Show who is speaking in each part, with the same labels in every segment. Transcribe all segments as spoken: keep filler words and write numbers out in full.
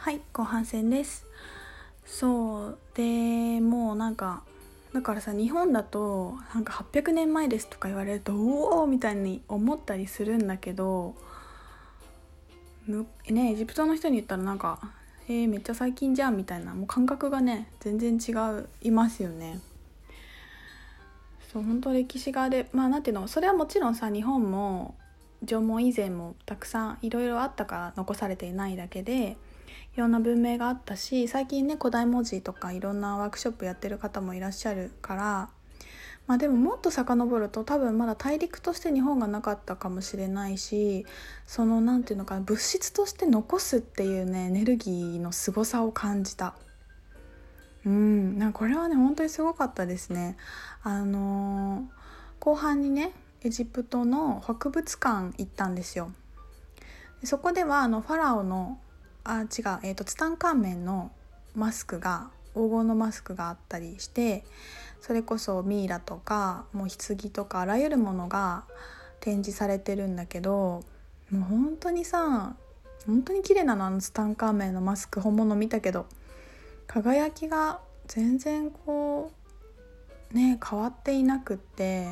Speaker 1: はい、後半戦です。そうでもうなんかだからさ、日本だとなんかはっぴゃくねんまえですとか言われるとうおーみたいに思ったりするんだけど、むねエジプトの人に言ったらなんかえー、めっちゃ最近じゃんみたいな、もう感覚がね全然違いますよね。そう本当歴史があれ、まあなんていうの、それはもちろんさ、日本も縄文以前もたくさんいろいろあったから残されていないだけで、いろんな文明があったし、最近ね古代文字とかいろんなワークショップやってる方もいらっしゃるから、まあでももっと遡ると多分まだ大陸として日本がなかったかもしれないし、そのなんていうのかな、物質として残すっていうねエネルギーの凄さを感じた。うんなんかこれはね本当にすごかったですね。あのー後半にねエジプトの博物館行ったんですよ。でそこではあのファラオのあ違う、えーと、ツタンカーメンのマスクが黄金のマスクがあったりして、それこそミイラとかもう棺とかあらゆるものが展示されてるんだけど、もう本当にさ本当に綺麗なの。あのツタンカーメンのマスク本物見たけど、輝きが全然こうね変わっていなくって、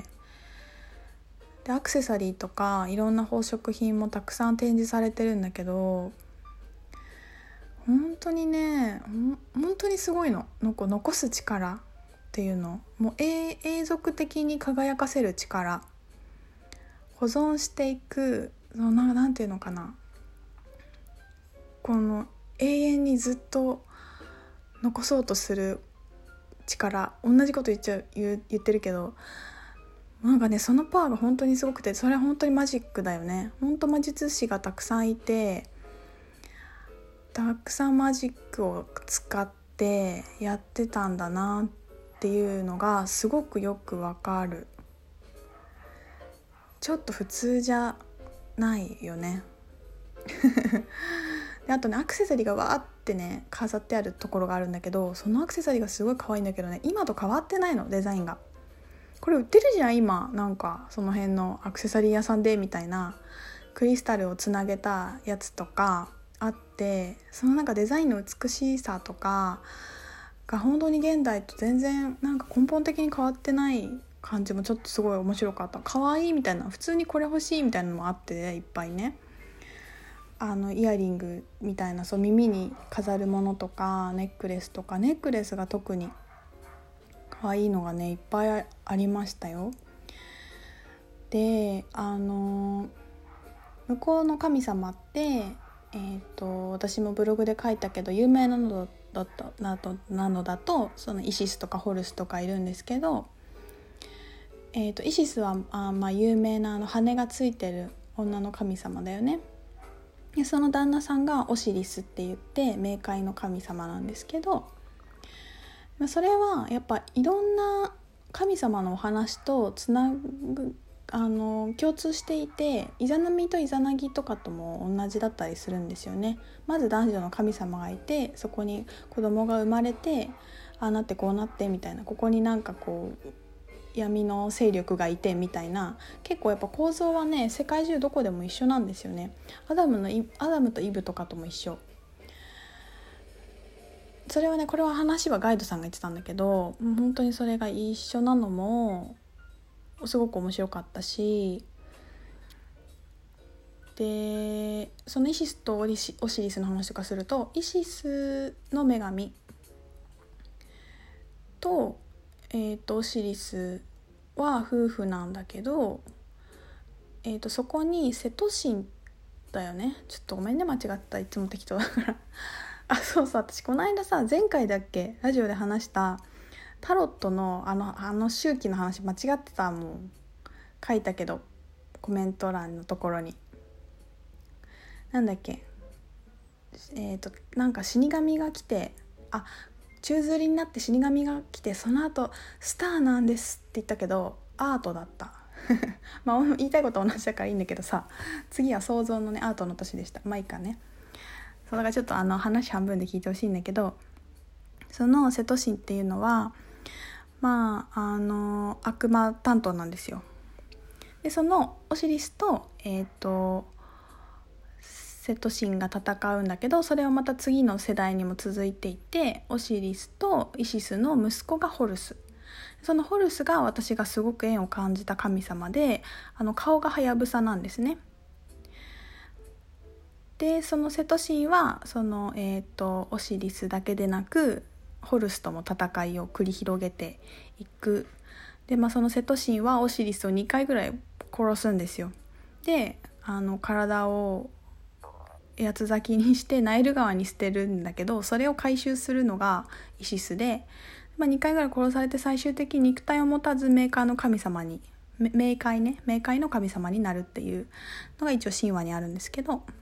Speaker 1: でアクセサリーとかいろんな宝飾品もたくさん展示されてるんだけど、本当にね本当にすごいの。なんか残す力っていうの、もう永永続的に輝かせる力、保存していく、そのななんていうのかな、この永遠にずっと残そうとする力、同じこと言っちゃう 言, 言ってるけど、なんかねそのパワーが本当にすごくて、それは本当にマジックだよね。本当魔術師がたくさんいて、たくさんマジックを使ってやってたんだなっていうのがすごくよくわかる。ちょっと普通じゃないよねであとねアクセサリーがわーってね飾ってあるところがあるんだけど、そのアクセサリーがすごい可愛いんだけどね、今と変わってないの、デザインが。これ売ってるじゃん今、なんかその辺のアクセサリー屋さんでみたいな、クリスタルをつなげたやつとかあって、そのなんかデザインの美しさとかが本当に現代と全然なんか根本的に変わってない感じもちょっとすごい面白かった。可愛いみたいな、普通にこれ欲しいみたいなのもあって、ね、いっぱいね、あのイヤリングみたいな、そう耳に飾るものとかネックレスとか、ネックレスが特に可愛いのがねいっぱいありましたよ。であの向こうの神様って、えー、と私もブログで書いたけど有名なのだとなどなのだとそのイシスとかホルスとかいるんですけど、えー、とイシスはあ、まあ、有名なあの羽がついてる女の神様だよね。でその旦那さんがオシリスって言って冥界の神様なんですけど、それはやっぱいろんな神様のお話とつなぐあの共通していて、イザナミとイザナギとかとも同じだったりするんですよね。まず男女の神様がいて、そこに子供が生まれて、ああなってこうなってみたいな、ここになんかこう闇の勢力がいてみたいな、結構やっぱ構造はね世界中どこでも一緒なんですよね。アダムのアダムとイブとかとも一緒。それはねこれは話はガイドさんが言ってたんだけど、本当にそれが一緒なのもすごく面白かったし、でそのイシスとオリシオシリスの話とかすると、イシスの女神と、えー、とオシリスは夫婦なんだけど、えー、とそこにセトシンだよね、ちょっとごめんね間違った、いつも適当だからあそうそう、私この間さ前回だっけラジオで話したタロットのあのあの周期の話間違ってたもん。書いたけどコメント欄のところになんだっけ、えーとなんか死神が来て、あ宙吊りになって死神が来て、その後スターなんですって言ったけどアートだったまあ言いたいことは同じだからいいんだけどさ、次は想像のねアートの年でした。まあいいかね。そうだからちょっとあの話半分で聞いてほしいんだけど、そのセトシンっていうのはまああの悪魔担当なんですよ。でそのオシリスとえっ、ー、とセトシンが戦うんだけど、それをまた次の世代にも続いていて、オシリスとイシスの息子がホルス。そのホルスが私がすごく縁を感じた神様で、あの顔がハヤブサなんですね。でそのセトシンはその、えー、とオシリスだけでなくホルスとも戦いを繰り広げていく。で、まあ、そのセトシンはオシリスをにかいぐらい殺すんですよ。であの体を八つ咲きにしてナイル川に捨てるんだけど、それを回収するのがイシスで、まあ、にかいぐらい殺されて最終的に肉体を持たず冥界の神様に冥界ね冥界の神様になるっていうのが一応神話にあるんですけど、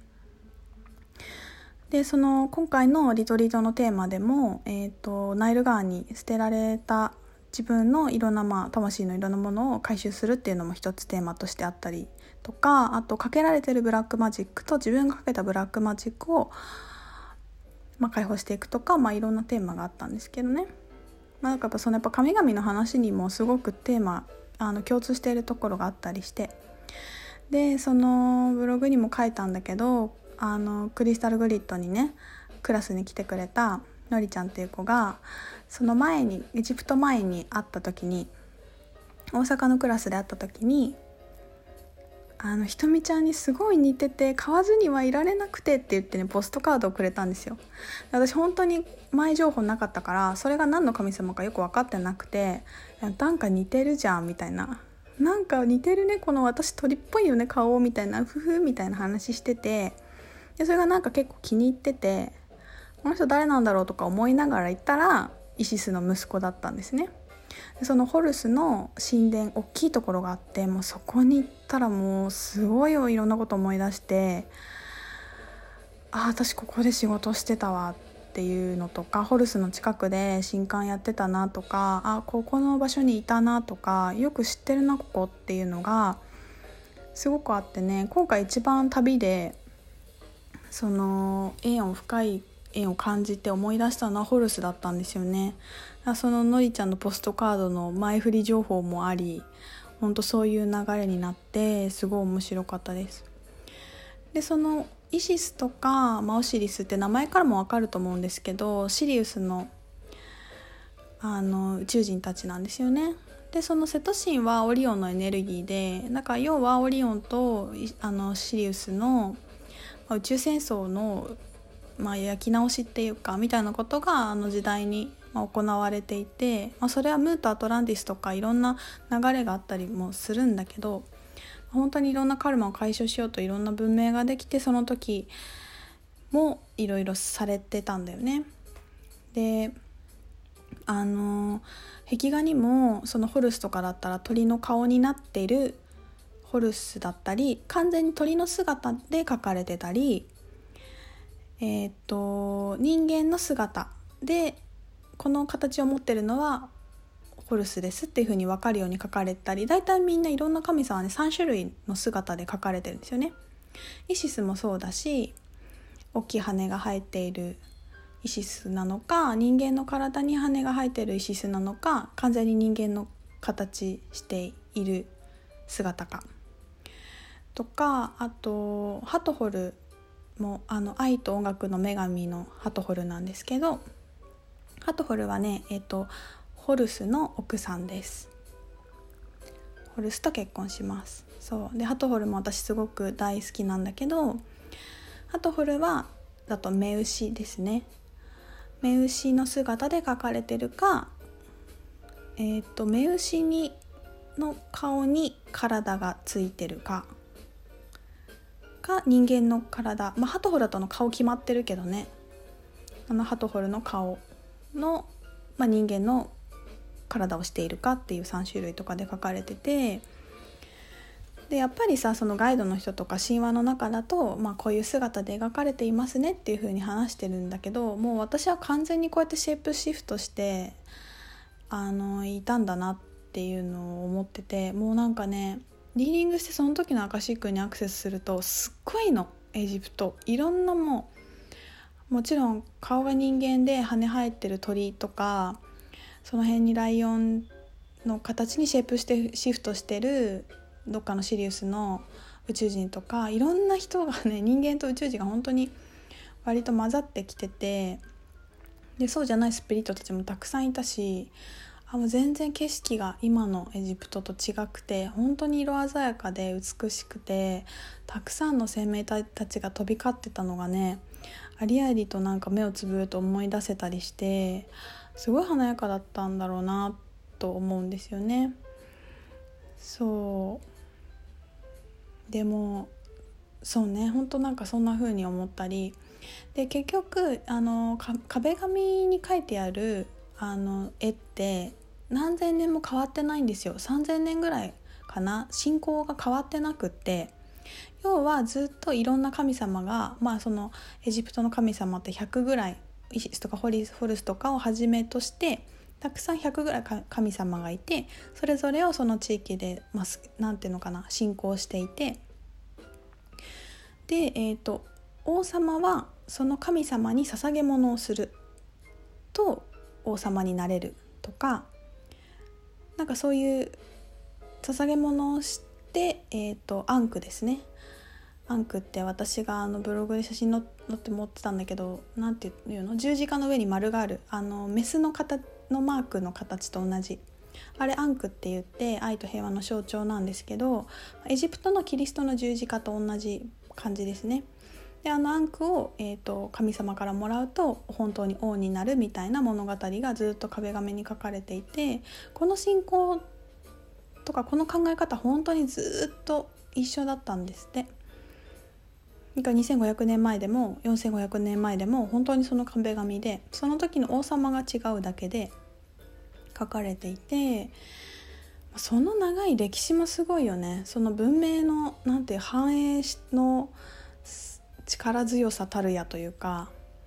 Speaker 1: でその今回のリトリートのテーマでも、えーと、ナイル川に捨てられた自分のいろんな、まあ、魂のいろんなものを回収するっていうのも一つテーマとしてあったりとか、あとかけられてるブラックマジックと自分がかけたブラックマジックを、まあ、解放していくとか、まあ、いろんなテーマがあったんですけどね、まあ、なんかやっぱそのやっぱ神々の話にもすごくテーマあの共通しているところがあったりして、でそのブログにも書いたんだけど、あのクリスタルグリッドにねクラスに来てくれたのりちゃんっていう子が、その前にエジプト前に会った時に、大阪のクラスで会った時に、あのひとみちゃんにすごい似てて買わずにはいられなくてって言ってねポストカードをくれたんですよ。私本当に前情報なかったから、それが何の神様かよく分かってなくて、なんか似てるじゃんみたいな、なんか似てるねこの私鳥っぽいよね顔みたいな、ふふみたいな話してて、でそれがなんか結構気に入ってて、この人誰なんだろうとか思いながら行ったらイシスの息子だったんですね。でそのホルスの神殿大きいところがあって、もうそこに行ったらもうすごいいろんなこと思い出して、あ私ここで仕事してたわっていうのとか、ホルスの近くで神官やってたなとか、あここの場所にいたなとか、よく知ってるなここっていうのがすごくあってね、今回一番旅でその縁を深い縁を感じて思い出したのはホルスだったんですよね。そののりちゃんのポストカードの前振り情報もあり、本当そういう流れになってすごい面白かったです。でそのイシスとか、まあ、オシリスって名前からも分かると思うんですけど、シリウスの、あの宇宙人たちなんですよね。でそのセトシンはオリオンのエネルギーで、なんか要はオリオンとあのシリウスの宇宙戦争の、まあ、焼き直しっていうかみたいなことがあの時代に行われていて、まあ、それはムーとアトランティスとかいろんな流れがあったりもするんだけど、本当にいろんなカルマを解消しようといろんな文明ができて、その時もいろいろされてたんだよね。であの壁画にもそのホルスとかだったら鳥の顔になっているホルスだったり、完全に鳥の姿で描かれてたり、えー、と人間の姿でこの形を持ってるのはホルスですっていう風に分かるように描かれたり、だいたいみんないろんな神様はねさん種類の姿で描かれてるんですよね。イシスもそうだし、大きい羽が生えているイシスなのか、人間の体に羽が生えているイシスなのか、完全に人間の形している姿かとか、あとハトホルもあの愛と音楽の女神のハトホルなんですけど、ハトホルはね、えっと、ホルスの奥さんです。ホルスと結婚します。そうでハトホルも私すごく大好きなんだけど、ハトホルはだと目牛ですね。目牛の姿で描かれてるか、えっと目牛にの顔に体がついてるかか、人間の体、まあ、ハトホルだとの顔決まってるけどね、あのハトホルの顔の、まあ、人間の体をしているかっていうさん種類とかで書かれてて、でやっぱりさそのガイドの人とか神話の中だと、まあ、こういう姿で描かれていますねっていう風に話してるんだけど、もう私は完全にこうやってシェイプシフトしてあのいたんだなっていうのを思ってて、もうなんかねリーディングしてその時のアカシックにアクセスするとすっごいの、エジプトいろんなもうもちろん顔が人間で羽生えてる鳥とか、その辺にライオンの形にシェイプしてシフトしてるどっかのシリウスの宇宙人とかいろんな人がね、人間と宇宙人が本当に割と混ざってきてて、でそうじゃないスピリットたちもたくさんいたし、あもう全然景色が今のエジプトと違くて、本当に色鮮やかで美しくて、たくさんの生命体たちが飛び交ってたのがね、ありありとなんか目をつぶると思い出せたりして、すごい華やかだったんだろうなと思うんですよね。そうでもそうね、本当なんかそんな風に思ったりで、結局あの壁紙に描いてあるあの絵って何千年も変わってないんですよ。さんぜんねんぐらいかな、信仰が変わってなくって、要はずっといろんな神様が、まあそのエジプトの神様ってひゃくぐらい、イシスとかホリスホルスとかをはじめとしてたくさんひゃくぐらい神様がいて、それぞれをその地域で、まあ、なんていうのかな、信仰していて、で、えーと、王様はその神様に捧げ物をすると王様になれるとか、なんかそういう捧げ物をして、えーと、アンクですね。アンクって私があのブログで写真載って持ってたんだけど、なんていうの、十字架の上に丸がある、あのメスの形のマークの形と同じ、あれアンクって言って愛と平和の象徴なんですけど、エジプトのキリストの十字架と同じ感じですね。であのアンクを、えーと、神様からもらうと本当に王になるみたいな物語がずっと壁紙に書かれていて、この信仰とかこの考え方本当にずっと一緒だったんですって。にせんごひゃくねんまえでもよんせんごひゃくねんまえでも本当にその壁紙で、その時の王様が違うだけで書かれていて、その長い歴史もすごいよね。その文明のなんていう繁栄の力強さたるやというか、